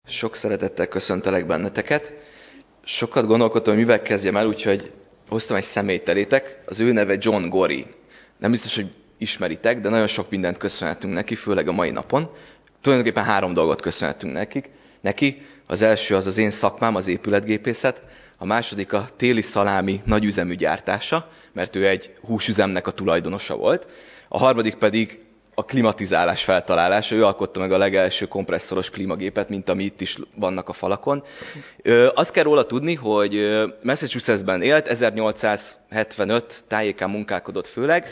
Sok szeretettel köszöntelek benneteket. Sokat gondolkodtam, hogy mivel kezdjem el, úgyhogy hoztam egy személyt elétek. Az ő neve John Gorrie. Nem biztos, hogy ismeritek, de nagyon sok mindent köszönhetünk neki, főleg a mai napon. Tulajdonképpen 3 dolgot köszönhetünk neki. Az első az én szakmám, az épületgépészet. A második a téli szalámi nagyüzemű gyártása, mert ő egy húsüzemnek a tulajdonosa volt. A harmadik pedig a klimatizálás feltalálása. Ő alkotta meg a legelső kompresszoros klímagépet, mint ami itt is vannak a falakon. Azt kell róla tudni, hogy Massachusettsben élt, 1875 tájékán munkálkodott főleg.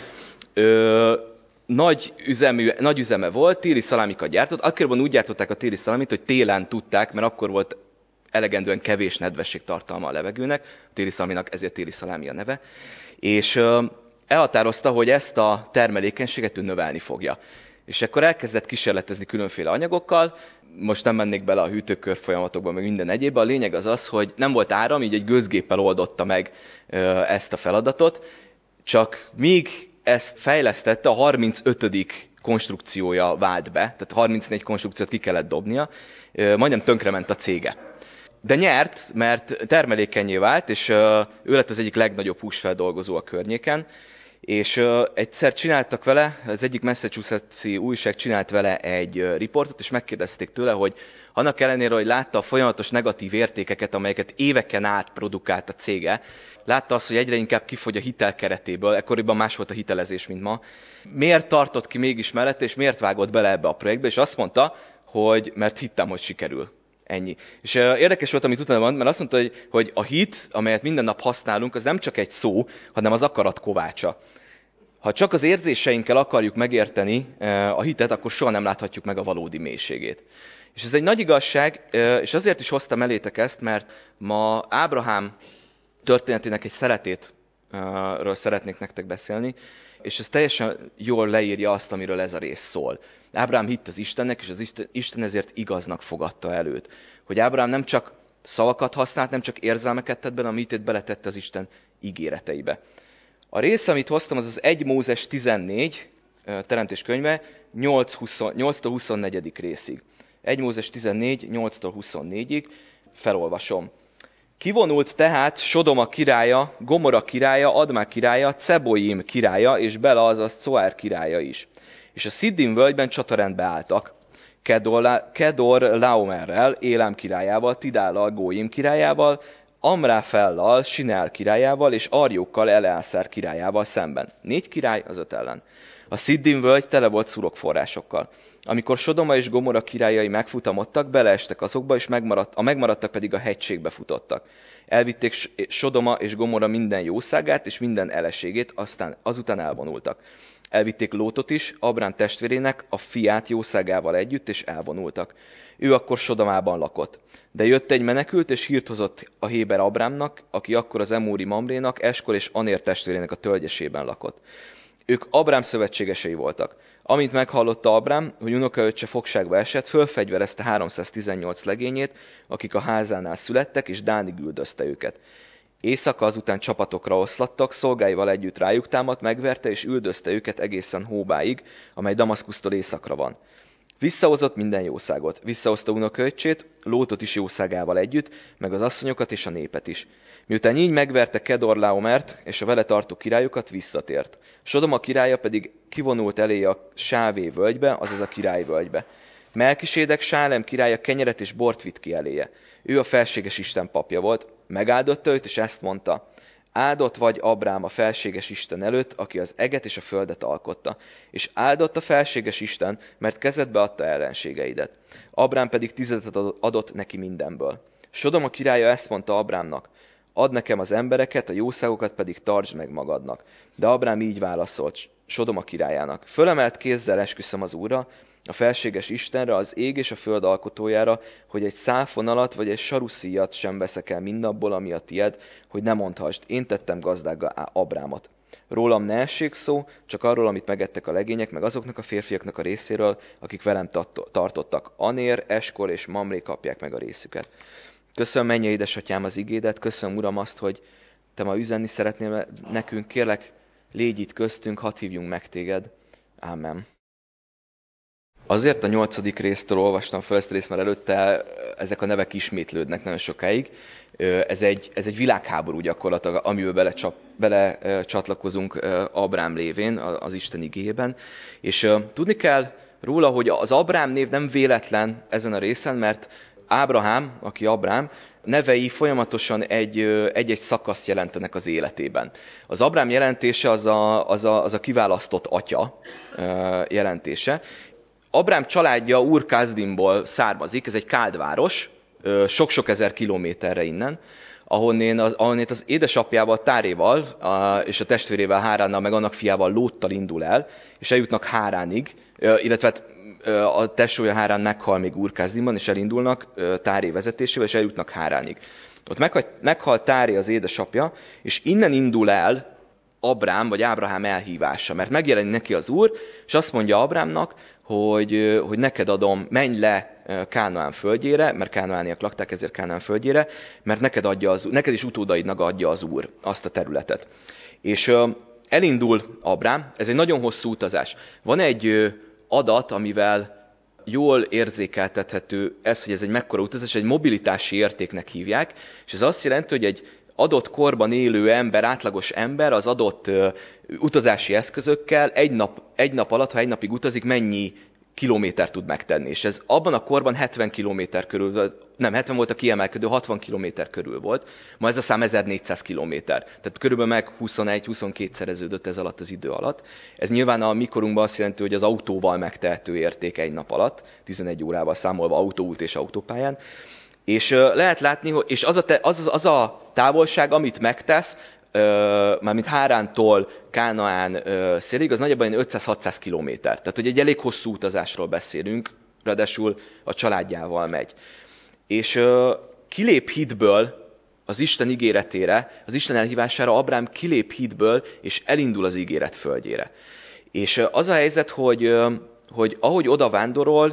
Nagy üzeme volt, téli szalámikat gyártott. Akkoriban úgy gyártották a téli szalámit, hogy télen tudták, mert akkor volt elegendően kevés nedvesség tartalma a levegőnek, a téli szaláminak ezért téli szalámi a neve, és elhatározta, hogy ezt a termelékenységet ő növelni fogja. És akkor elkezdett kísérletezni különféle anyagokkal, most nem mennék bele a hűtőkör folyamatokba, meg minden egyébben. A lényeg az, hogy nem volt áram, így egy gőzgéppel oldotta meg ezt a feladatot, csak míg ezt fejlesztette, a 35. konstrukciója vált be, tehát 34 konstrukciót ki kellett dobnia, majdnem tönkrement a cége. De nyert, mert termelékenyé vált, és ő lett az egyik legnagyobb húsfeldolgozó a környéken, és egyszer csináltak vele, az egyik Massachusetts-i újság csinált vele egy riportot, és megkérdezték tőle, hogy annak ellenére, hogy látta a folyamatos negatív értékeket, amelyeket éveken át produkált a cége, látta azt, hogy egyre inkább kifogy a hitel keretéből, ekkoriban más volt a hitelezés, mint ma, miért tartott ki mégis mellette, és miért vágott bele ebbe a projektbe, és azt mondta, hogy mert hittem, hogy sikerül. Ennyi. És érdekes volt, amit utána van, mert azt mondta, hogy a hit, amelyet minden nap használunk, az nem csak egy szó, hanem az akarat kovácsa. Ha csak az érzéseinkkel akarjuk megérteni a hitet, akkor soha nem láthatjuk meg a valódi mélységét. És ez egy nagy igazság, és azért is hoztam elétek ezt, mert ma Ábrahám történetének egy szeletétről szeretnék nektek beszélni, és ez teljesen jól leírja azt, amiről ez a rész szól. Ábrahám hitt az Istennek, és az Isten ezért igaznak fogadta el őt. Hogy Ábrahám nem csak szavakat használt, nem csak érzelmeket tett bele, amit itt beletette az Isten ígéreteibe. A rész, amit hoztam, az 1 Mózes 14, Teremtés könyve, 8-24. részig. 1 Mózes 14, 8-24-ig, felolvasom. Kivonult tehát Sodoma királya, Gomora királya, Admá királya, Ceboim királya, és Bela, azaz Coár királya is. És a Sziddim völgyben csatarendbe álltak. Kedor Laomerrel, Élám királyával, Tidállal, Góim királyával, Amráfellal, Sinel királyával, és Arjókkal, Eleászár királyával szemben. 4 király az 5 ellen. A Sziddim völgy tele volt szurokforrásokkal. Amikor Sodoma és Gomora királyai megfutamodtak, beleestek azokba, és a megmaradtak pedig a hegységbe futottak. Elvitték Sodoma és Gomora minden jószágát és minden eleségét, azután elvonultak. Elvitték Lótot is, Abrám testvérének, a fiát jószágával együtt, és elvonultak. Ő akkor Sodomában lakott. De jött egy menekült, és hírt hozott a héber Abrámnak, aki akkor az emúri Mamrénak, Eskol és Anér testvérének a tölgyesében lakott. Ők Abrám szövetségesei voltak. Amint meghallotta Abrám, hogy unokaöccse fogságba esett, fölfegyverezte 318 legényét, akik a házánál születtek, és Dánig üldözte őket. Éjszaka azután csapatokra oszlattak, szolgáival együtt rájuk támadt, megverte és üldözte őket egészen Hóbáig, amely Damaszkusztól északra van. Visszahozott minden jószágot. Visszahozta unokaöccsét, Lótot is jószágával együtt, meg az asszonyokat és a népet is. Miután így megverte Kedorlaomert és a vele tartó királyokat, visszatért. Sodoma királya pedig kivonult eléje a Sávé völgybe, azaz a királyvölgybe. Melkisédek, Sálem királya kenyeret és bort vitt ki eléje. Ő a felséges Isten papja volt, megáldotta őt, és ezt mondta: áldott vagy Abrám a felséges Isten előtt, aki az eget és a földet alkotta. És áldott a felséges Isten, mert kezedbe adta ellenségeidet. Abrám pedig 10-et adott neki mindenből. Sodoma királya ezt mondta Abrámnak: add nekem az embereket, a jószágokat pedig tartsd meg magadnak. De Abrám így válaszolt Sodoma királyának: fölemelt kézzel esküszöm az Úrra, a felséges Istenre, az ég és a föld alkotójára, hogy egy szálfonalat vagy egy saruszíjat sem veszek el mindabból, ami a tied, hogy ne mondhassd, én tettem gazdággá Abrámot. Rólam ne essék szó, csak arról, amit megettek a legények, meg azoknak a férfiaknak a részéről, akik velem tartottak. Anér, Eskol és Mamré kapják meg a részüket. Köszönöm, mennyei édesatyám, az igédet, köszönöm, Uram, azt, hogy te ma üzenni szeretnél nekünk, kérlek, légy itt köztünk, hadd hívjunk meg téged. Ámen. Azért a 8. résztől olvastam fel ezt a részt, mert előtte ezek a nevek ismétlődnek nagyon sokáig. Ez egy világháború gyakorlatilag, amiben belecsatlakozunk Abrám lévén, az Isten igéjében. És tudni kell róla, hogy az Abrám név nem véletlen ezen a részen, mert Ábrahám, aki Abrám, nevei folyamatosan egy-egy szakaszt jelentenek az életében. Az Abrám jelentése az a kiválasztott atya jelentése. Abrám családja Ur-Kasdimból származik, ez egy káld város, sok-sok ezer kilométerre innen, ahonnét az édesapjával, Táréval és a testvérével, Háránnal, meg annak fiával, Lóttal indul el, és eljutnak Háránig, illetve a tesója Hárán meghal még Ur-Kasdimban, és elindulnak Táré vezetésével, és eljutnak Háránig. Ott meghal Táré az édesapja, és innen indul el Abrám, vagy Ábrahám elhívása, mert megjelenik neki az Úr, és azt mondja Abrámnak, hogy neked adom, menj le Kánaán földjére, mert kánaániak lakták, ezért Kánaán földjére, mert neked is utódaidnak adja az Úr azt a területet. És elindul Abrám, ez egy nagyon hosszú utazás. Van egy adat, amivel jól érzékeltethető ez, hogy ez egy mekkora utazás, egy mobilitási értéknek hívják, és ez azt jelenti, hogy egy adott korban élő ember, átlagos ember az adott utazási eszközökkel egy nap alatt, ha egy napig utazik, mennyi kilométert tud megtenni. És ez abban a korban 70 kilométer körül, nem 70 volt a kiemelkedő, 60 kilométer körül volt. Ma ez a szám 1400 kilométer. Tehát körülbelül meg 21-22 szereződött ez alatt az idő alatt. Ez nyilván a mikorunkban azt jelenti, hogy az autóval megtehető érték egy nap alatt, 11 órával számolva autóút és autópályán. És lehet látni, hogy és az a távolság, amit megtesz, mármint Hárántól Kánaán szélig, az nagyjából 500-600 kilométer. Tehát, hogy egy elég hosszú utazásról beszélünk, ráadásul a családjával megy. És kilép hitből az Isten ígéretére, az Isten elhívására Abrám kilép hitből, és elindul az ígéret földjére. És az a helyzet, hogy ahogy oda vándorol,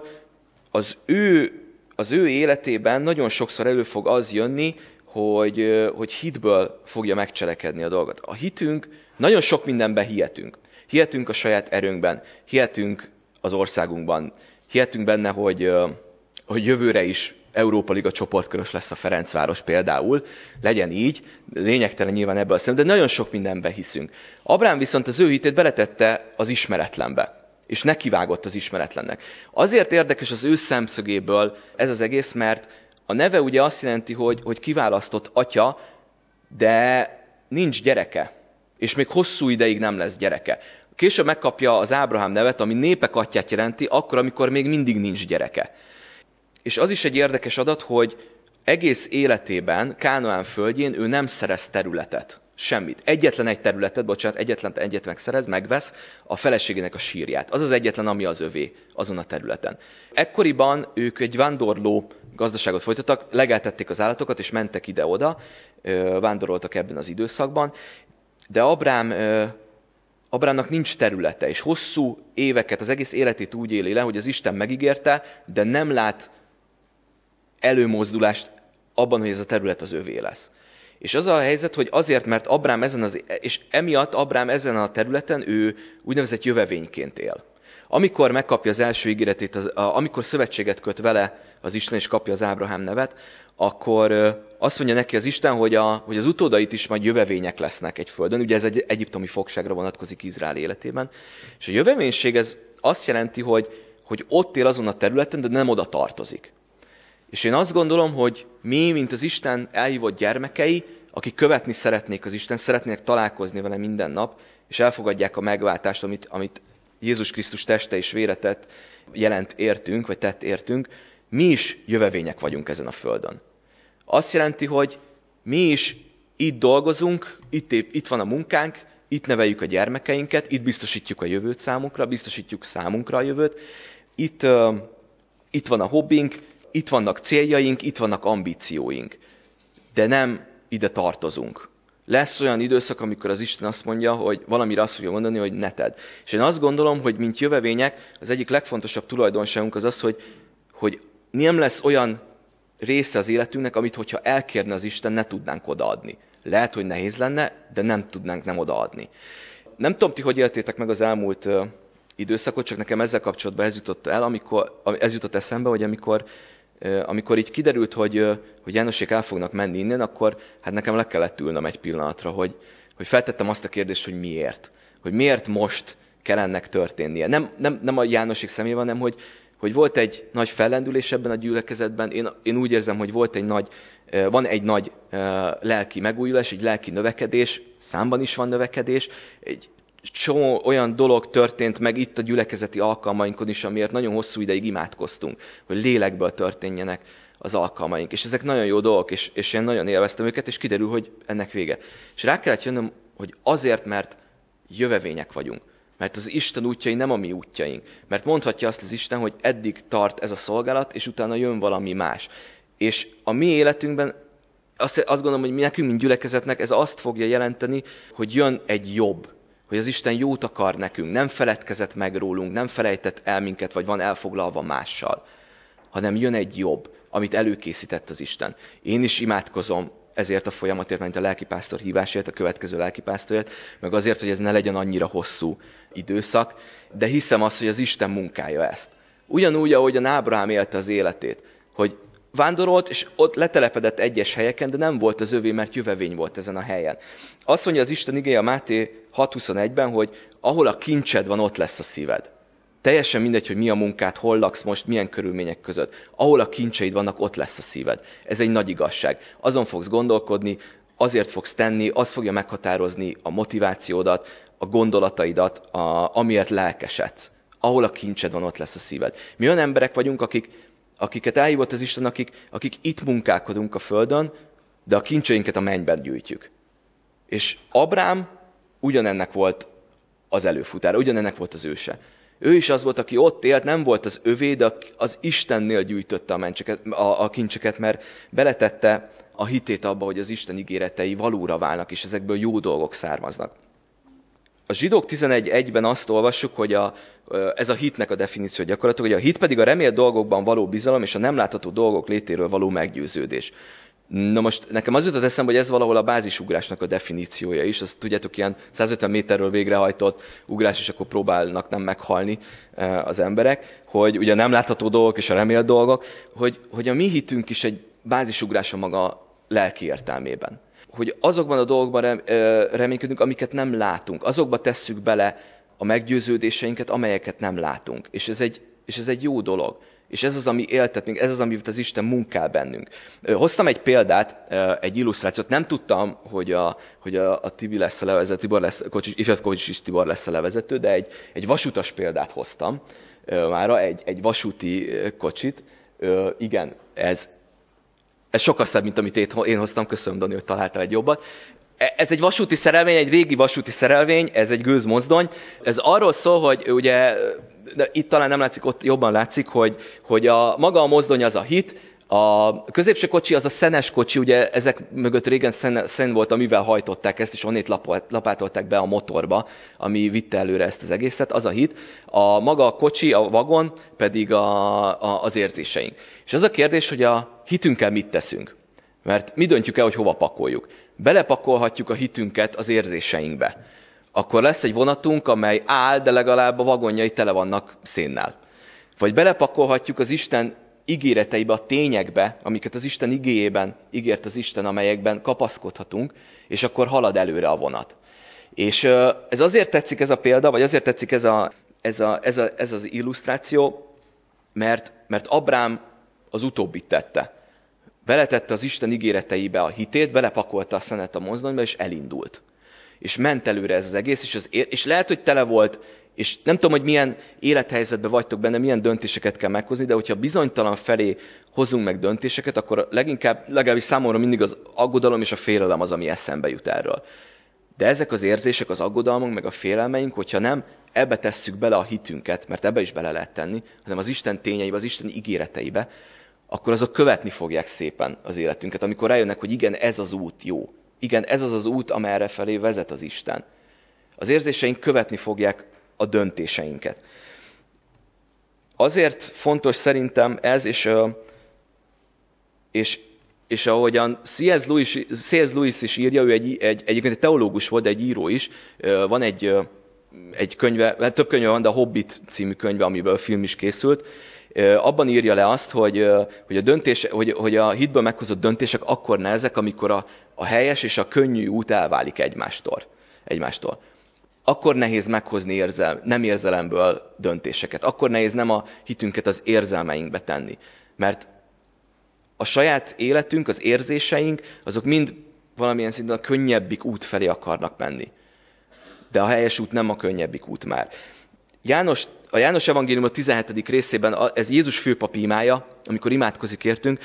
az ő életében nagyon sokszor elő fog az jönni, hogy hitből fogja megcselekedni a dolgot. A hitünk, nagyon sok mindenben hihetünk. Hihetünk a saját erőnkben, hihetünk az országunkban, hihetünk benne, hogy jövőre is Európa Liga csoportkörös lesz a Ferencváros például, legyen így, lényegtelen nyilván ebből a szemben, de nagyon sok mindenben hiszünk. Abrám viszont az ő hitét beletette az ismeretlenbe, és nekivágott az ismeretlennek. Azért érdekes az ő szemszögéből ez az egész, mert a neve ugye azt jelenti, hogy kiválasztott atya, de nincs gyereke, és még hosszú ideig nem lesz gyereke. Később megkapja az Ábrahám nevet, ami népek atyát jelenti, akkor, amikor még mindig nincs gyereke. És az is egy érdekes adat, hogy egész életében, Kánaán földjén ő nem szerez területet. Semmit. Egyetlen egy területet, egyet megszerez, megvesz, a feleségének a sírját. Az az egyetlen, ami az övé azon a területen. Ekkoriban ők egy vándorló gazdaságot folytattak, legeltették az állatokat, és mentek ide-oda, vándoroltak ebben az időszakban, de Abrámnak nincs területe, és hosszú éveket, az egész életét úgy éli le, hogy az Isten megígérte, de nem lát előmozdulást abban, hogy ez a terület az övé lesz. És az a helyzet, hogy azért, mert Abrám és emiatt Abrám ezen a területen ő úgynevezett jövevényként él. Amikor megkapja az első ígéretét, amikor szövetséget köt vele az Isten, és kapja az Ábrahám nevet, akkor azt mondja neki az Isten, hogy az utódait is majd jövevények lesznek egy földön. Ugye ez egy egyiptomi fogságra vonatkozik Izrael életében. És a jövevénység ez azt jelenti, hogy ott él azon a területen, de nem oda tartozik. És én azt gondolom, hogy mi, mint az Isten elhívott gyermekei, akik követni szeretnék az Isten, szeretnének találkozni vele minden nap, és elfogadják a megváltást, amit Jézus Krisztus teste és vére jelent értünk, vagy tett értünk, mi is jövevények vagyunk ezen a földön. Azt jelenti, hogy mi is itt dolgozunk, itt van a munkánk, itt neveljük a gyermekeinket, itt biztosítjuk a jövőt számukra, biztosítjuk számunkra a jövőt, itt van a hobbink, itt vannak céljaink, itt vannak ambícióink, de nem ide tartozunk. Lesz olyan időszak, amikor az Isten azt mondja, hogy valamire azt fogja mondani, hogy ne tedd. És én azt gondolom, hogy mint jövevények, az egyik legfontosabb tulajdonságunk az, hogy nem lesz olyan része az életünknek, amit hogyha elkérne az Isten, ne tudnánk odaadni. Lehet, hogy nehéz lenne, de nem tudnánk nem odaadni. Nem tudom, ti hogy éltétek meg az elmúlt időszakot, csak nekem ezzel kapcsolatban ez jutott eszembe, hogy amikor amikor így kiderült, hogy Jánosék el fognak menni innen, akkor hát nekem le kellett ülnöm egy pillanatra, hogy feltettem azt a kérdést, hogy miért. Hogy miért most kell ennek történnie. Nem a Jánosék személyében, hanem hogy volt egy nagy fellendülés ebben a gyülekezetben. Én úgy érzem, hogy van egy nagy lelki megújulás, egy lelki növekedés, számban is van növekedés, egy csomó olyan dolog történt meg itt a gyülekezeti alkalmainkon is, amiért nagyon hosszú ideig imádkoztunk, hogy lélekből történjenek az alkalmaink. És ezek nagyon jó dolgok, és én nagyon élveztem őket, és kiderül, hogy ennek vége. És rá kellett jönnöm, hogy azért, mert jövevények vagyunk. Mert az Isten útjai nem a mi útjaink. Mert mondhatja azt az Isten, hogy eddig tart ez a szolgálat, és utána jön valami más. És a mi életünkben azt gondolom, hogy nekünk, mint gyülekezetnek ez azt fogja jelenteni, hogy jön egy jobb. Hogy az Isten jót akar nekünk, nem feledkezett meg rólunk, nem felejtett el minket, vagy van elfoglalva mással, hanem jön egy jobb, amit előkészített az Isten. Én is imádkozom ezért a folyamatért, mint a lelkipásztor hívásért, a következő lelkipásztorért, meg azért, hogy ez ne legyen annyira hosszú időszak, de hiszem azt, hogy az Isten munkája ezt. Ugyanúgy, ahogyan Ábrahám élte az életét, hogy vándorolt, és ott letelepedett egyes helyeken, de nem volt az övé, mert jövevény volt ezen a helyen. Azt mondja az Isten igéje a Máté 6.21-ben, hogy ahol a kincsed van, ott lesz a szíved. Teljesen mindegy, hogy mi a munkád, hol laksz most, milyen körülmények között. Ahol a kincseid vannak, ott lesz a szíved. Ez egy nagy igazság. Azon fogsz gondolkodni, azért fogsz tenni, az fogja meghatározni a motivációdat, a gondolataidat, amiért lelkesedsz. Ahol a kincsed van, ott lesz a szíved. Mi olyan emberek vagyunk, akiket elhívott az Isten, akik itt munkálkodunk a földön, de a kincseinket a mennyben gyűjtjük. És Abrám ugyanennek volt az előfutára, ugyanennek volt az őse. Ő is az volt, aki ott élt, nem volt az övé, de az Istennél gyűjtötte a kincseket, mert beletette a hitét abba, hogy az Isten ígéretei valóra válnak, és ezekből jó dolgok származnak. A Zsidók 11.1-ben azt olvassuk, hogy ez a hitnek a definíció gyakorlatilag, hogy a hit pedig a remélt dolgokban való bizalom, és a nem látható dolgok létéről való meggyőződés. Na most nekem az jutott eszembe, hogy ez valahol a bázisugrásnak a definíciója is. Azt tudjátok, ilyen 150 méterről végrehajtott ugrás, és akkor próbálnak nem meghalni az emberek, hogy ugye nem látható dolgok és a remélt dolgok, hogy a mi hitünk is egy bázisugrás a maga lelki értelmében. Hogy azokban a dolgokban reménykedünk, amiket nem látunk. Azokba tesszük bele a meggyőződéseinket, amelyeket nem látunk. És ez egy jó dolog. És ez az, ami éltet még, ez az, amit az Isten munkál bennünk. Hoztam egy példát, egy illusztrációt. Nem tudtam, hogy a Tibi lesz a levezető, ifjabb Kocsis Tibor lesz a levezető, de egy vasutas példát hoztam mára, egy vasúti kocsit. Igen, ez sokkal szebb, mint amit én hoztam. Köszönöm, Dani, hogy találtál egy jobbat. Ez egy vasúti szerelvény, egy régi vasúti szerelvény, ez egy gőzmozdony. Ez arról szól, hogy ugye, de itt talán nem látszik, ott jobban látszik, hogy maga a mozdony az a hit, a középső kocsi az a szenes kocsi, ugye ezek mögött régen szen volt, amivel hajtották ezt, és onnét lapátolták be a motorba, ami vitte előre ezt az egészet, az a hit. Maga a kocsi, a vagon pedig az érzéseink. És az a kérdés, hogy a hitünkkel mit teszünk? Mert mi döntjük el, hogy hova pakoljuk. Belepakolhatjuk a hitünket az érzéseinkbe. Akkor lesz egy vonatunk, amely áll, de legalább a vagonjai tele vannak szénnel. Vagy belepakolhatjuk az Isten ígéreteibe, a tényekbe, amiket az Isten igéjében ígért az Isten, amelyekben kapaszkodhatunk, és akkor halad előre a vonat. És ez azért tetszik ez a példa, vagy azért tetszik ez az illusztráció, mert Abrám az utóbbit tette. Beletette az Isten ígéreteibe a hitét, belepakolta a szenet a mozdonyba, és elindult. És ment előre ez az egész, és lehet, hogy tele volt, és nem tudom, hogy milyen élethelyzetben vagytok benne, milyen döntéseket kell meghozni, de hogyha bizonytalan felé hozunk meg döntéseket, akkor legalábbis számomra mindig az aggodalom és a félelem az, ami eszembe jut erről. De ezek az érzések, az aggodalmunk, meg a félelmeink, hogyha nem ebbe tesszük bele a hitünket, mert ebbe is bele lehet tenni, hanem az Isten tényeibe, az Isten ígéreteibe, akkor azok követni fogják szépen az életünket, amikor rájönnek, hogy igen, ez az út jó. Igen, ez az az út, amerre felé vezet az Isten. Az érzéseink követni fogják a döntéseinket. Azért fontos szerintem ez, és ahogyan C.S. Lewis is írja, ő egyébként egy teológus volt, de egy író is, van egy könyve, több könyve van, de a Hobbit című könyve, amiből a film is készült, abban írja le azt, hogy a hitből meghozott döntések akkor nehezek, amikor a helyes és a könnyű út elválik egymástól. Akkor nehéz meghozni nem érzelemből döntéseket. Akkor nehéz nem a hitünket az érzelmeinkbe tenni. Mert a saját életünk, az érzéseink, azok mind valamilyen szinten a könnyebbik út felé akarnak menni. De a helyes út nem a könnyebbik út már. A János evangélium a 17. részében, ez Jézus főpapi imája, amikor imádkozik értünk,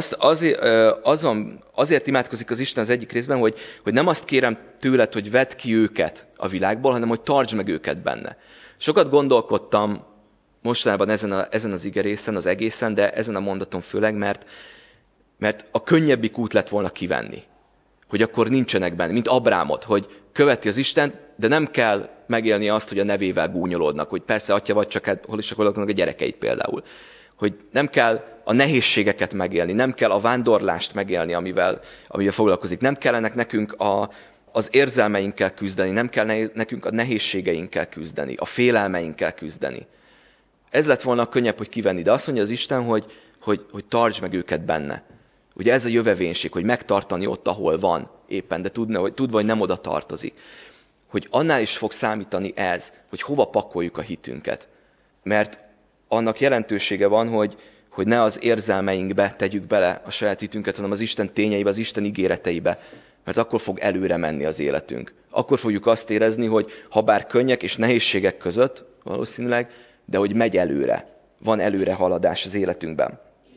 azért imádkozik az Isten az egyik részben, hogy nem azt kérem tőled, hogy vedd ki őket a világból, hanem hogy tartsd meg őket benne. Sokat gondolkodtam mostanában ezen az igerészen, az egészen, de ezen a mondaton főleg, mert a könnyebbik út lett volna kivenni. Hogy akkor nincsenek benne, mint Abrámot, hogy követi az Istent, de nem kell megélni azt, hogy a nevével gúnyolódnak, hogy persze atya vagy, csak hol is akarnak a gyerekeit például. Hogy nem kell a nehézségeket megélni, nem kell a vándorlást megélni, amivel foglalkozik. Nem kellene nekünk az érzelmeinkkel küzdeni, nem kell nekünk a nehézségeinkkel küzdeni, a félelmeinkkel küzdeni. Ez lett volna könnyebb, hogy kivenni, de azt mondja az Isten, hogy tartsd meg őket benne. Ugye ez a jövevénység, hogy megtartani ott, ahol van éppen, de tudva, hogy nem oda tartozik. Hogy annál is fog számítani ez, hogy hova pakoljuk a hitünket. Mert annak jelentősége van, hogy ne az érzelmeinkbe tegyük bele a saját hitünket, hanem az Isten tényeibe, az Isten ígéreteibe. Mert akkor fog előre menni az életünk. Akkor fogjuk azt érezni, hogy ha bár könnyek és nehézségek között valószínűleg, de hogy megy előre. Van előre haladás az életünkben.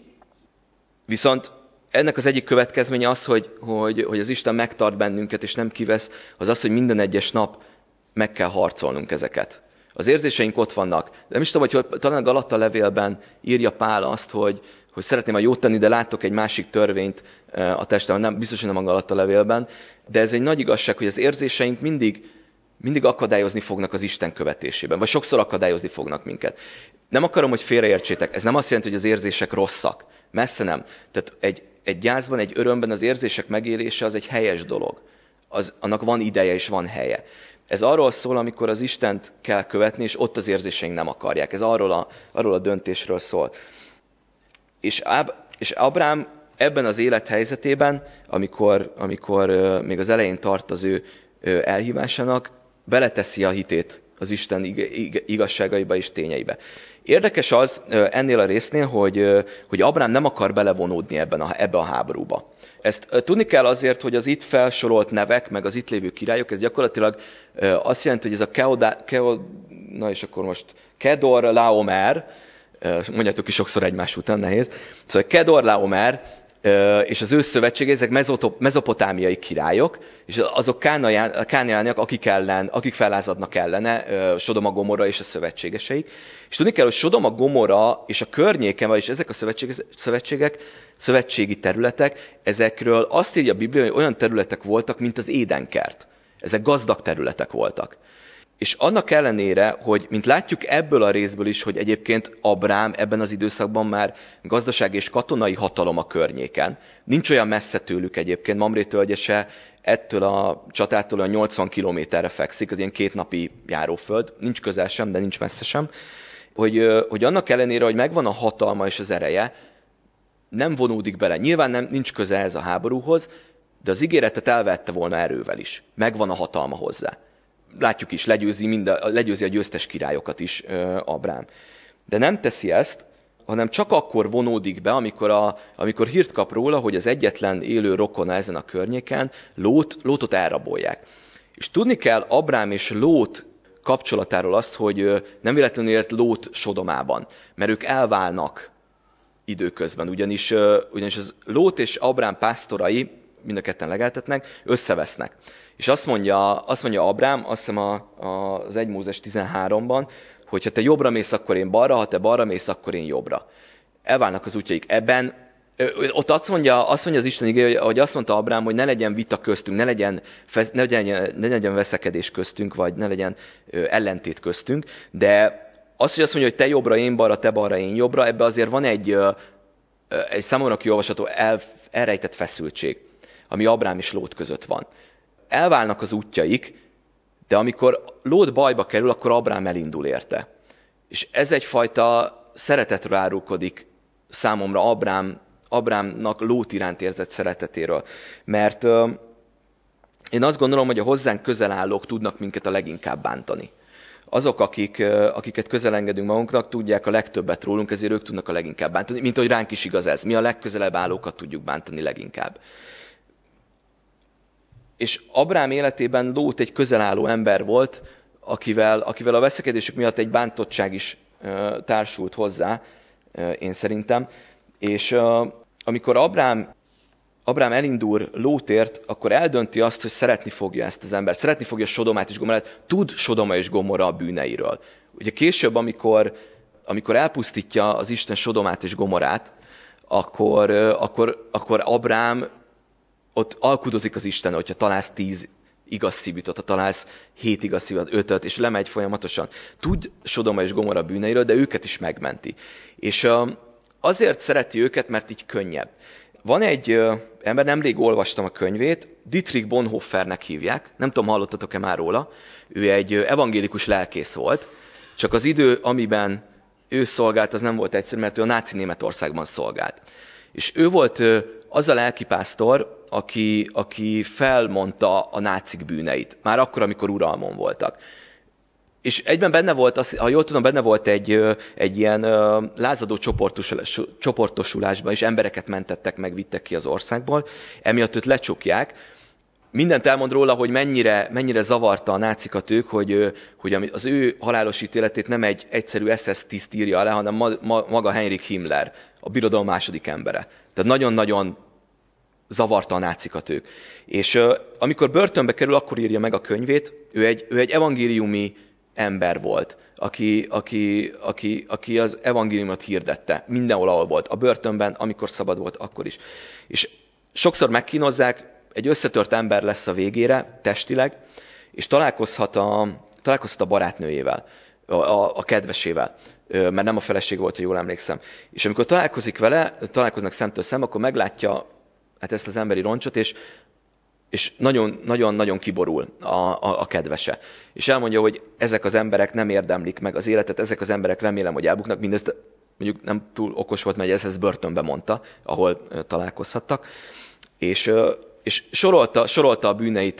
Viszont ennek az egyik következménye az, hogy az Isten megtart bennünket, és nem kivesz, az, hogy minden egyes nap meg kell harcolnunk ezeket. Az érzéseink ott vannak. De nem is tudom, hogy talán a Galata levélben írja Pál azt, hogy szeretném a jót tenni, de látok egy másik törvényt a testemben, biztos, hogy nem a Galata levélben, de ez egy nagy igazság, hogy az érzéseink mindig akadályozni fognak az Isten követésében, vagy sokszor akadályozni fognak minket. Nem akarom, hogy félreértsétek, ez nem azt jelenti, hogy az érzések rosszak. Messze nem. Tehát egy gyászban, egy örömben az érzések megélése az egy helyes dolog. Annak van ideje és van helye. Ez arról szól, amikor az Istent kell követni, és ott az érzéseink nem akarják. Ez arról a döntésről szól. És Ábrám ebben az élethelyzetében, amikor még az elején tart az ő elhívásának, beleteszi a hitét az Isten igazságaiba és tényeibe. Érdekes az ennél a résznél, hogy Ábrám nem akar belevonódni ebbe a háborúba. Ezt tudni kell azért, hogy az itt felsorolt nevek, meg az itt lévő királyok, ez gyakorlatilag azt jelenti, hogy ez a Kedor Laomer, mondjátok is sokszor egymás után, nehéz. Szóval Kedor Laomer és az ő szövetsége, ezek mezopotámiai királyok, és azok kánaániak, akik fellázadnak ellene, Sodoma, Gomorra és a szövetségeseik. És tudni kell, hogy Sodoma, Gomorra és a környéken, vagyis ezek a szövetségi területek, ezekről azt írja a Biblia, hogy olyan területek voltak, mint az Édenkert. Ezek gazdag területek voltak. És annak ellenére, hogy mint látjuk ebből a részből is, hogy egyébként Ábrám ebben az időszakban már gazdasági és katonai hatalom a környéken. Nincs olyan messze tőlük egyébként, Mamré tölgyese ettől a csatától olyan 80 kilométerre fekszik, az ilyen 2 napi járóföld, nincs közel sem, de nincs messze sem, hogy annak ellenére, hogy megvan a hatalma és az ereje, nem vonódik bele. Nyilván nincs köze ez a háborúhoz, de az ígéretet elvette volna erővel is. Megvan a hatalma hozzá. Látjuk is, legyőzi a győztes királyokat is Ábrám. De nem teszi ezt, hanem csak akkor vonódik be, amikor hírt kap róla, hogy az egyetlen élő rokona ezen a környéken, Lótot elrabolják. És tudni kell Ábrám és Lót kapcsolatáról azt, hogy nem véletlenül ért Lót Sodomában, mert ők elválnak időközben, ugyanis az Lót és Ábrám pásztorai, mind a ketten legeltetnek, összevesznek. És azt mondja Ábrám, azt hiszem az 1 Mózes 13-ban, hogy ha te jobbra mész, akkor én balra, ha te balra mész, akkor én jobbra. Elválnak az útjaik. Ebben, ott azt mondja az Isten igéje, hogy azt mondta Ábrám, hogy ne legyen vita köztünk, ne legyen veszekedés köztünk, vagy ne legyen ellentét köztünk, de az, hogy azt mondja, hogy te jobbra, én balra, te balra, én jobbra, ebbe azért van egy számomra kiolvasható elrejtett feszültség, ami Ábrám és Lót között van. Elválnak az útjaik, de amikor Lót bajba kerül, akkor Ábrám elindul érte. És ez egyfajta szeretetről árulkodik számomra Abrámnak Lót iránt érzett szeretetéről. Mert én azt gondolom, hogy a hozzánk közel állók tudnak minket a leginkább bántani. Azok, akiket közel engedünk magunknak, tudják a legtöbbet rólunk, ezért ők tudnak a leginkább bántani, mint ahogy ránk is igaz ez. Mi a legközelebb állókat tudjuk bántani leginkább. És Abrám életében Lót egy közel álló ember volt, akivel a veszekedésük miatt egy bántottság is társult hozzá, én szerintem. És amikor Abrám elindul Lótért, akkor eldönti azt, hogy szeretni fogja ezt az ember, szeretni fogja Sodomát és Gomorrát, tud Sodoma és Gomorra a bűneiről. Ugye később, amikor elpusztítja az Isten Sodomát és Gomorrát, akkor Abrám ott alkudozik az Isten, hogyha találsz 10 igaz szívűt, ha találsz 7 igaz szívűt, 5-öt, és lemegy folyamatosan. Tud Sodoma és Gomorra bűneiről, de őket is megmenti. És azért szereti őket, mert így könnyebb. Van egy ember, nemrég olvastam a könyvét, Dietrich Bonhoeffernek hívják, nem tudom, hallottatok-e már róla, ő egy evangélikus lelkész volt, csak az idő, amiben ő szolgált, az nem volt egyszerű, mert ő a náci Németországban szolgált. És ő volt az a lelkipásztor, aki felmondta a nácik bűneit, már akkor, amikor uralmon voltak. És egyben benne volt, ha jól tudom, benne volt egy ilyen lázadó csoportosulásban, és embereket mentettek meg, vittek ki az országból, emiatt őt lecsukják. Mindent elmond róla, hogy mennyire zavarta a nácikat ők, hogy az ő halálos ítéletét nem egy egyszerű SS tiszt írja alá, hanem maga Heinrich Himmler, a birodalom második embere. Tehát nagyon-nagyon zavarta a nácikat ők. És amikor börtönbe kerül, akkor írja meg a könyvét. Ő egy evangéliumi ember volt, aki az evangéliumot hirdette mindenhol, ahol volt. A börtönben, amikor szabad volt, akkor is. És sokszor megkínozzák, egy összetört ember lesz a végére, testileg, és találkozhat a barátnőjével, a kedvesével, mert nem a feleség volt, ha jól emlékszem. És amikor találkoznak szemtől szembe, akkor meglátja ezt az emberi roncsot, és nagyon-nagyon kiborul a kedvese. És elmondja, hogy ezek az emberek nem érdemlik meg az életet, ezek az emberek remélem, hogy elbuknak, mindezt mondjuk nem túl okos volt, mert ez börtönbe mondta, ahol találkozhattak. És sorolta a bűneit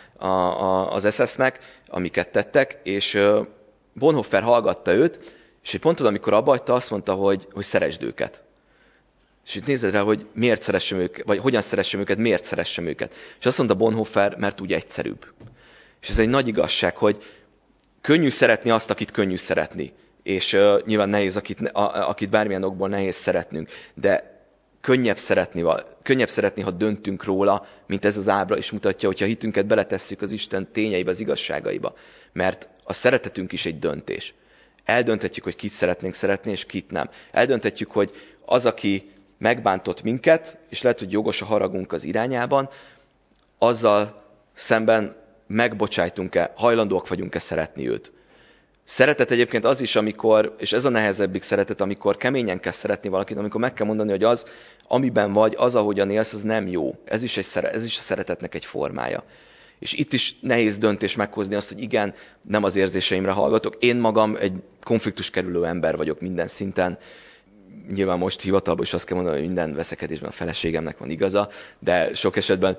az SS-nek, amiket tettek, és Bonhoeffer hallgatta őt, és egy ponton, amikor abbajta, azt mondta, hogy szeresd őket. És itt nézed rá, hogy miért szeressem őket, vagy hogyan szeressem őket, miért szeressem őket. És azt mondta Bonhoeffer, mert úgy egyszerűbb. És ez egy nagy igazság, hogy könnyű szeretni azt, akit könnyű szeretni. És nyilván nehéz, akit bármilyen okból nehéz szeretnünk. De könnyebb szeretni, ha döntünk róla, mint ez az ábra, és mutatja, hogyha hitünket beletesszük az Isten tényeibe, az igazságaiba. Mert a szeretetünk is egy döntés. Eldönthetjük, hogy kit szeretnénk szeretni, és kit nem. Eldönthetjük, hogy az, aki megbántott minket, és lehet, hogy jogos a haragunk az irányában, azzal szemben megbocsájtunk-e, hajlandóak vagyunk-e szeretni őt. Szeretet egyébként az is, és ez a nehezebbik szeretet, amikor keményen kell szeretni valakit, amikor meg kell mondani, hogy az, amiben vagy, az, ahogyan élsz, az nem jó. Ez is a szeretetnek egy formája. És itt is nehéz döntés meghozni azt, hogy igen, nem az érzéseimre hallgatok. Én magam egy konfliktus kerülő ember vagyok minden szinten. Nyilván most hivatalban is azt kell mondani, hogy minden veszekedésben a feleségemnek van igaza, de sok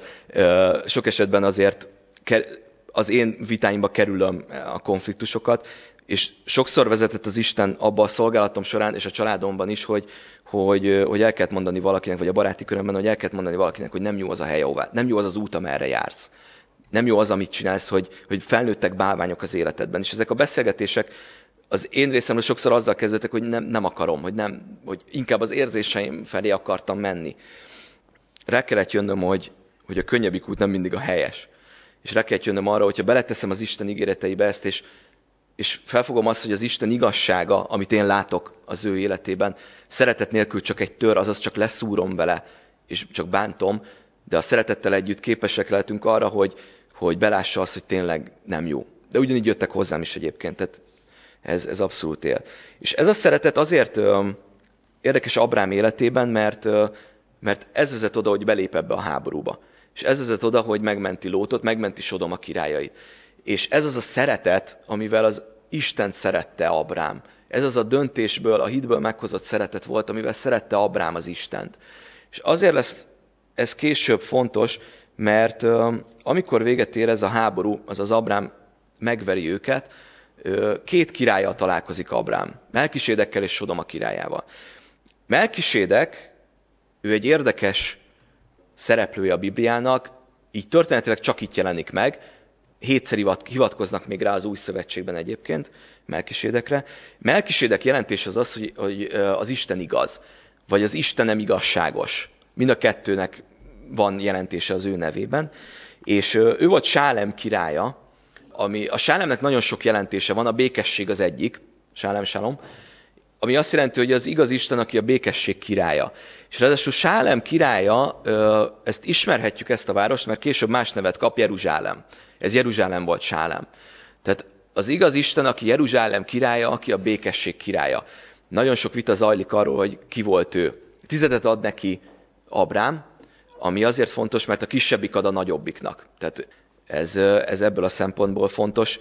esetben azért az én vitáimba kerülöm a konfliktusokat, és sokszor vezetett az Isten abba a szolgálatom során, és a családomban is, hogy el kellett mondani valakinek, vagy a baráti körömben, hogy el kellett mondani valakinek, hogy nem jó az a hely, ahová, nem jó az az út, amerre jársz. Nem jó az, amit csinálsz, hogy felnőttek bálványok az életedben. És ezek a beszélgetések az én részemről sokszor azzal kezdődtek, hogy nem akarom, hogy inkább az érzéseim felé akartam menni. Rá kellett jönnöm, hogy a könnyebbik út nem mindig a helyes. És rá kellett jönnöm arra, hogyha beleteszem az Isten ígéreteibe ezt, és felfogom azt, hogy az Isten igazsága, amit én látok az ő életében, szeretet nélkül csak egy tör, azaz csak leszúrom vele, és csak bántom, de a szeretettel együtt képesek lehetünk arra, hogy belássa azt, hogy tényleg nem jó. De ugyanígy jöttek hozzám is egyébként, tehát ez abszolút él. És ez a szeretet azért érdekes Abrám életében, mert ez vezet oda, hogy belép ebbe a háborúba. És ez vezet oda, hogy megmenti Lótot, megmenti Sodoma királyait. És ez az a szeretet, amivel az Isten szerette Abrám. Ez az a döntésből, a hitből meghozott szeretet volt, amivel szerette Abrám az Istent. És azért lesz ez később fontos, mert amikor véget ér ez a háború, azaz Abrám megveri őket, két királlyal találkozik Abrám, Melkisédekkel és Sodoma királyával. Melkisédek, ő egy érdekes szereplője a Bibliának, így történetileg csak itt jelenik meg, 7-szer hivatkoznak még rá az Új Szövetségben egyébként Melkisédekre. Melkisédek jelentés az, hogy az Isten igaz, vagy az Isten nem igazságos. Mind a kettőnek van jelentése az ő nevében. És ő volt Sálem királya, ami a Sálemnek nagyon sok jelentése van, a békesség az egyik, Sálem, ami azt jelenti, hogy az igaz Isten, aki a békesség királya. És ráadásul Sálem királya, ezt ismerhetjük ezt a várost, mert később más nevet kap, Jeruzsálem. Ez Jeruzsálem volt Sálem. Tehát az igaz Isten, aki Jeruzsálem királya, aki a békesség királya. Nagyon sok vita zajlik arról, hogy ki volt ő. 10 ad neki Abrám, ami azért fontos, mert a kisebbik ad a nagyobbiknak. Tehát ez ebből a szempontból fontos,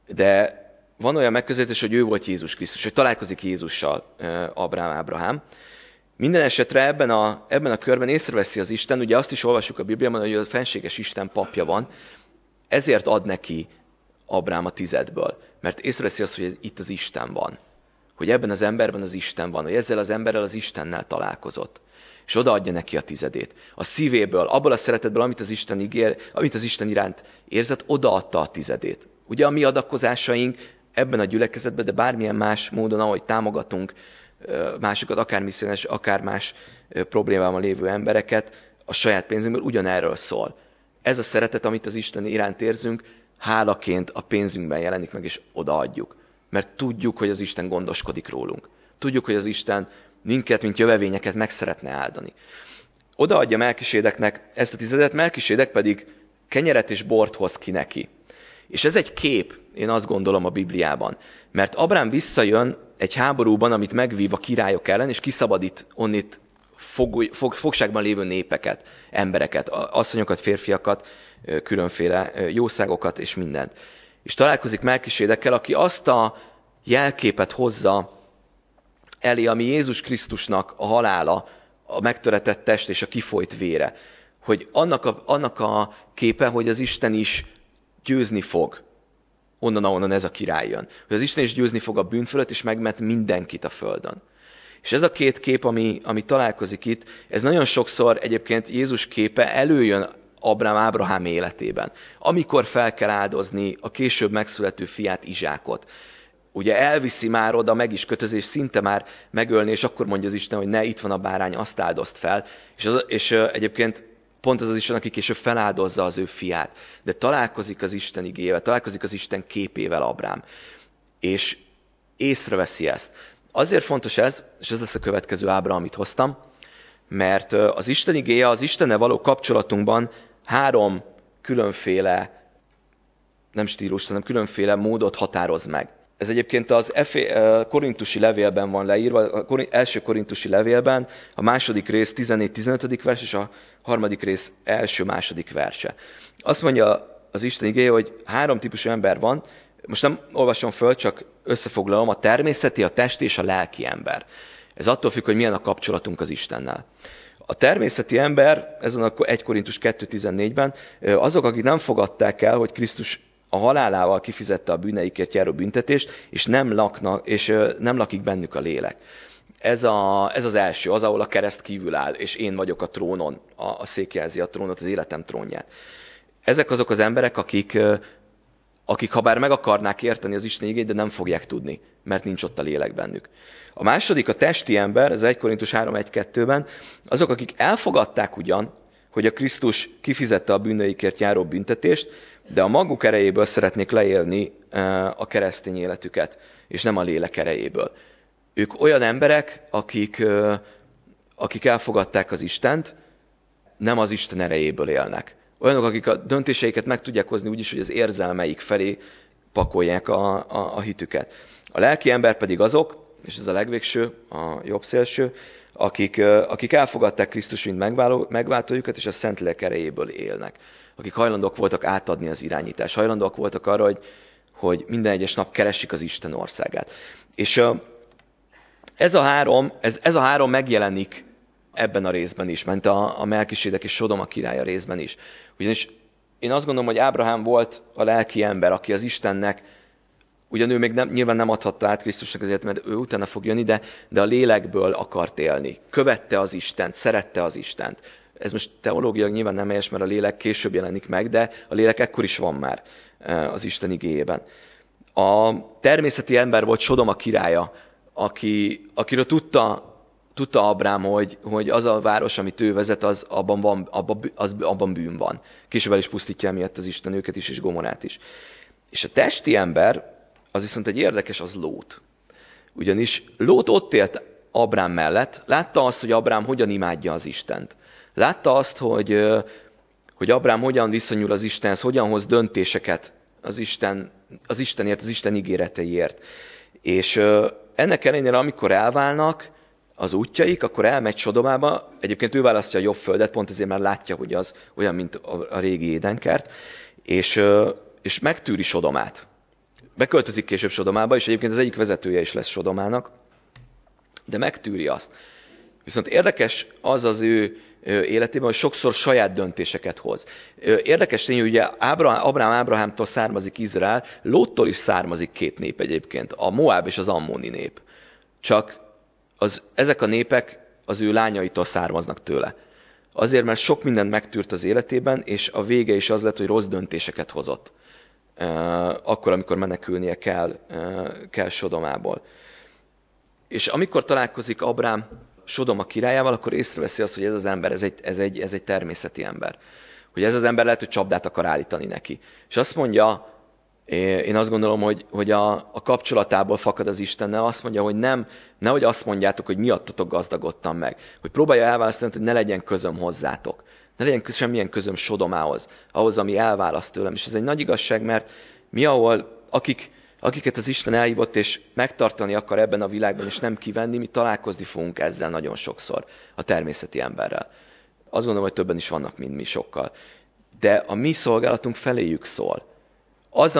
de van olyan megközelítés, hogy ő volt Jézus Krisztus, hogy találkozik Jézussal Ábrahám. Minden esetre ebben a körben észreveszi az Isten, ugye azt is olvassuk a Bibliában, hogy a fenséges Isten papja van, ezért ad neki Abrám a 10-ből, mert észreveszi azt, hogy itt az Isten van, hogy ebben az emberben az Isten van, hogy ezzel az emberrel az Istennel találkozott. És odaadja neki a 10. A szívéből, abból a szeretetből, amit az Isten ígér, amit az Isten iránt érzett, odaadta a 10. Ugye a mi adakozásaink ebben a gyülekezetben, de bármilyen más módon, ahogy támogatunk másokat, akár misszionális, akár más problémával lévő embereket, a saját pénzünkből ugyanerről szól. Ez a szeretet, amit az Isten iránt érzünk, hálaként a pénzünkben jelenik meg, és odaadjuk. Mert tudjuk, hogy az Isten gondoskodik rólunk. Tudjuk, hogy az Isten minket, mint jövevényeket meg szeretne áldani. Odaadja Melkisédeknek ezt a 10, Melkisédek pedig kenyeret és bort hoz ki neki. És ez egy kép, én azt gondolom a Bibliában. Mert Abrám visszajön egy háborúban, amit megvív a királyok ellen, és kiszabadít onnit fogságban lévő népeket, embereket, asszonyokat, férfiakat, különféle jószágokat és mindent. És találkozik Melkisédekkel, aki azt a jelképet hozza elé, ami Jézus Krisztusnak a halála, a megtöretett test és a kifolyt vére. Hogy annak a képe, hogy az Isten is győzni fog, onnan ez a király jön. Hogy az Isten is győzni fog a bűn fölött, és megmet mindenkit a földön. És ez a két kép, ami találkozik itt, ez nagyon sokszor egyébként Jézus képe előjön Ábrahám életében. Amikor fel kell áldozni a később megszülető fiát, Izsákot. Ugye elviszi már oda, meg is kötözi, és szinte már megölni, és akkor mondja az Isten, hogy ne, itt van a bárány, azt áldozd fel. És egyébként pont az Isten, aki később feláldozza az ő fiát. De találkozik az Isten igével, találkozik az Isten képével Abrám. És észreveszi ezt. Azért fontos ez, és ez lesz a következő ábra, amit hoztam, mert az Isten igéje, az Istennel való kapcsolatunkban 3 különféle, nem stílust, hanem különféle módot határoz meg. Ez egyébként az korintusi levélben van leírva, az első korintusi levélben, a második rész 14-15. vers, és a harmadik rész első-második verse. Azt mondja az Isten igéje, hogy 3 típusú ember van, most nem olvasom föl, csak összefoglalom, a természeti, a testi és a lelki ember. Ez attól függ, hogy milyen a kapcsolatunk az Istennel. A természeti ember, ezen a 1 Korintus 2.14-ben, azok, akik nem fogadták el, hogy Krisztus a halálával kifizette a bűneikért járó büntetést, és nem lakik bennük a lélek. Ez az első, az, ahol a kereszt kívül áll, és én vagyok a trónon, a szék jelzi a trónot, az életem trónját. Ezek azok az emberek, akik ha bár meg akarnák érteni az Isten igét, de nem fogják tudni, mert nincs ott a lélek bennük. A második, a testi ember, ez 1 Korintus 3.1-2-ben, azok, akik elfogadták ugyan, hogy a Krisztus kifizette a bűneikért járó büntetést, de a maguk erejéből szeretnék leélni a keresztény életüket, és nem a lélek erejéből. Ők olyan emberek, akik elfogadták az Istent, nem az Isten erejéből élnek. Olyanok, akik a döntéseiket meg tudják hozni úgy is, hogy az érzelmeik felé pakolják a hitüket. A lelki ember pedig azok, és ez a legvégső, a jobb szélső, akik elfogadták Krisztus, mint megváltójukat, és a Szentlélek erejéből élnek. Akik hajlandók voltak átadni az irányítást, hajlandók voltak arra, hogy minden egyes nap keresik az Isten országát. És ez a három megjelenik ebben a részben is, ment a Melkisédek és Sodoma királya részben is. Ugyanis én azt gondolom, hogy Ábrahám volt a lelki ember, aki az Istennek, ugyan ő még nyilván nem adhatta át Krisztusnak az életet, mert ő utána fog jönni, de a lélekből akart élni. Követte az Istent, szerette az Istent. Ez most teológiailag nyilván nem helyes, mert a lélek később jelenik meg, de a lélek ekkor is van már az Isten igéjében. A természeti ember volt Sodoma királya, akiről tudta Ábrám, hogy az a város, amit ő vezet, abban bűn van. Később el is pusztítja emiatt az Isten őket is, és Gomorát is. És a testi ember, az viszont egy érdekes, az Lót. Ugyanis Lót ott élt Ábrám mellett, látta azt, hogy Ábrám hogyan imádja az Istent. Látta azt, hogy Ábrám hogyan viszonyul az Istenhez, hogyan hoz döntéseket az Istenért, az Isten ígéreteiért. És ennek ellenére, amikor elválnak az útjaik, akkor elmegy Sodomába, egyébként ő választja a jobb földet, pont ezért már látja, hogy az olyan, mint a régi Édenkert, és megtűri Sodomát. Beköltözik később Sodomába, és egyébként az egyik vezetője is lesz Sodomának, de megtűri azt. Viszont érdekes az ő életében, hogy sokszor saját döntéseket hoz. Érdekes tény, hogy ugye Ábrahámtól származik Izrael, Lóttól is származik két nép egyébként, a Moáb és az Ammoni nép. Csak ezek a népek az ő lányaitól származnak tőle. Azért, mert sok mindent megtűrt az életében, és a vége is az lett, hogy rossz döntéseket hozott. Akkor, amikor menekülnie kell Sodomából. És amikor találkozik Ábrám Sodoma királyával, akkor észreveszi azt, hogy ez az ember, ez egy természeti ember. Hogy ez az ember lehet, hogy csapdát akar állítani neki. És azt mondja, én azt gondolom, hogy a kapcsolatából fakad az Istennel, azt mondja, hogy nehogy azt mondjátok, hogy miattatok gazdagodtam meg. Hogy próbálja elválasztani, hogy ne legyen közöm hozzátok. Ne legyen semmilyen közöm Sodomához, ahhoz, ami elválaszt tőlem. És ez egy nagy igazság, mert mi, akiket az Isten elhívott, és megtartani akar ebben a világban, és nem kivenni, mi találkozni fogunk ezzel nagyon sokszor, a természeti emberrel. Azt gondolom, hogy többen is vannak, mint mi sokkal. De a mi szolgálatunk feléjük szól. Az,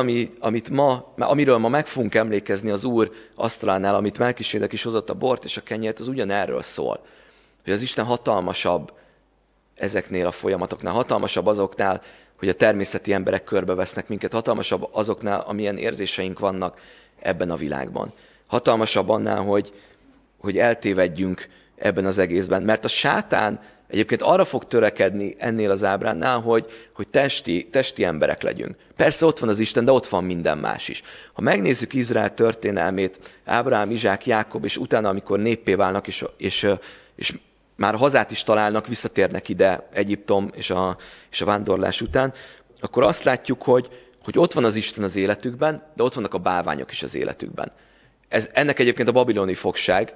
amiről ma meg fogunk emlékezni az Úr asztalánál, amit Melkisédek is hozott, a bort és a kenyért, az ugyanerről szól. Hogy az Isten hatalmasabb ezeknél a folyamatoknál, hatalmasabb azoknál, hogy a természeti emberek körbevesznek minket, hatalmasabb azoknál, amilyen érzéseink vannak ebben a világban. Hatalmasabb annál, hogy eltévedjünk ebben az egészben. Mert a sátán egyébként arra fog törekedni ennél az ábránnál, hogy testi emberek legyünk. Persze ott van az Isten, de ott van minden más is. Ha megnézzük Izrael történelmét, Ábrahám, Izsák, Jákob, és utána, amikor néppé válnak, és már hazát is találnak, visszatérnek ide Egyiptom és a vándorlás után, akkor azt látjuk, hogy ott van az Isten az életükben, de ott vannak a bálványok is az életükben. Ennek egyébként a babiloni fogság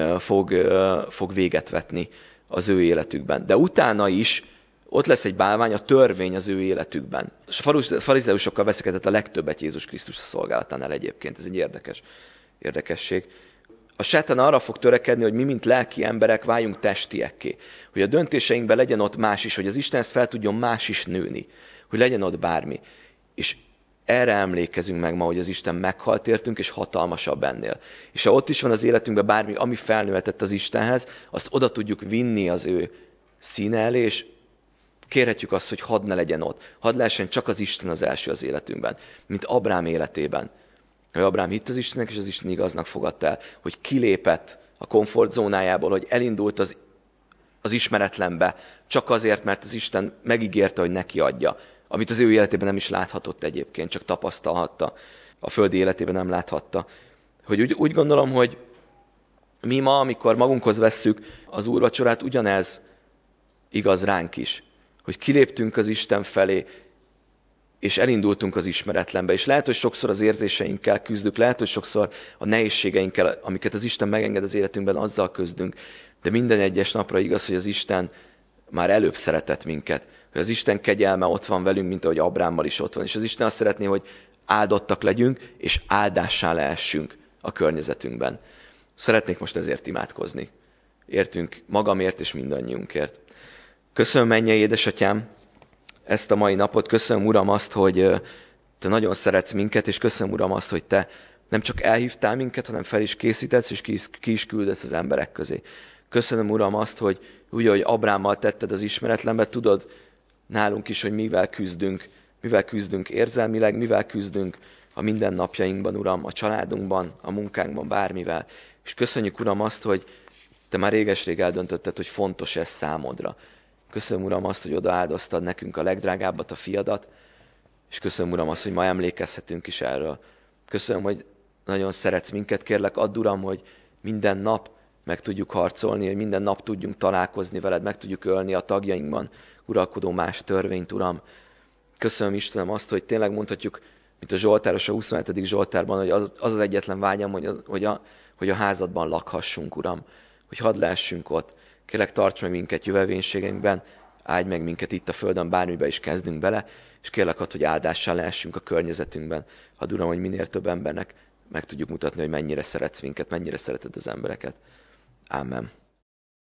fog véget vetni az ő életükben. De utána is ott lesz egy bálvány, a törvény az ő életükben. És a farizeusokkal veszekedett a legtöbbet Jézus Krisztus szolgálatánál egyébként. Ez egy érdekesség. A sátán arra fog törekedni, hogy mi, mint lelki emberek, váljunk testiekké. Hogy a döntéseinkben legyen ott más is, hogy az Istenhez fel tudjon más is nőni. Hogy legyen ott bármi. És erre emlékezünk meg ma, hogy az Isten meghalt értünk, és hatalmasabb ennél. És ha ott is van az életünkben bármi, ami felnőhetett az Istenhez, azt oda tudjuk vinni az ő színe elé, és kérhetjük azt, hogy hadd ne legyen ott. Hadd lehessen csak az Isten az első az életünkben, mint Ábrám életében. Hogy Ábrám hitt az Istennek, és az Isten igaznak fogadta el, hogy kilépett a komfortzónájából, hogy elindult az ismeretlenbe, csak azért, mert az Isten megígérte, hogy neki adja, amit az ő életében nem is láthatott egyébként, csak tapasztalhatta, a földi életében nem láthatta. Hogy úgy gondolom, hogy mi ma, amikor magunkhoz vesszük az úrvacsorát, ugyanez igaz ránk is, hogy kiléptünk az Isten felé, és elindultunk az ismeretlenbe. És lehet, hogy sokszor az érzéseinkkel küzdünk, lehet, hogy sokszor a nehézségeinkkel, amiket az Isten megenged az életünkben, azzal küzdünk. De minden egyes napra igaz, hogy az Isten már előbb szeretett minket. Hogy az Isten kegyelme ott van velünk, mint ahogy Ábrámmal is ott van. És az Isten azt szeretné, hogy áldottak legyünk, és áldássá lehessünk a környezetünkben. Szeretnék most ezért imádkozni. Értünk magamért és mindannyiunkért. Köszönöm, mennyei édesatyám, ezt a mai napot. Köszönöm, Uram, azt, hogy Te nagyon szeretsz minket, és köszönöm, Uram, azt, hogy Te Nem csak elhívtál minket, hanem fel is készítetsz, és ki is küldesz az emberek közé. Köszönöm, Uram, azt, hogy úgy, ahogy Abrámmal tetted az ismeretlenbe, tudod nálunk is, hogy mivel küzdünk érzelmileg, mivel küzdünk a mindennapjainkban, Uram, a családunkban, a munkánkban, bármivel. És köszönjük, Uram, azt, hogy Te már réges-rég eldöntötted, hogy fontos ez számodra. Köszönöm, Uram, azt, hogy odaáldoztad nekünk a legdrágábbat, a fiadat, és köszönöm, Uram, azt, hogy ma emlékezhetünk is erről. Köszönöm, hogy nagyon szeretsz minket, kérlek, add, Uram, hogy minden nap meg tudjuk harcolni, hogy minden nap tudjunk találkozni veled, meg tudjuk ölni a tagjainkban uralkodó más törvényt, Uram. Köszönöm, Istenem, azt, hogy tényleg mondhatjuk, mint a Zsoltáros a 27. Zsoltárban, hogy az egyetlen vágyam, hogy a házadban lakhassunk, Uram, hogy hadd lehessünk ott. Kérlek, tarts meg minket jövevénységünkben, áldj meg minket itt a földön, bármibe is kezdünk bele, és kérlek add, hogy áldással lehessünk a környezetünkben. Hadd, Uram, hogy minél több embernek meg tudjuk mutatni, hogy mennyire szeretsz minket, mennyire szereted az embereket. Amen.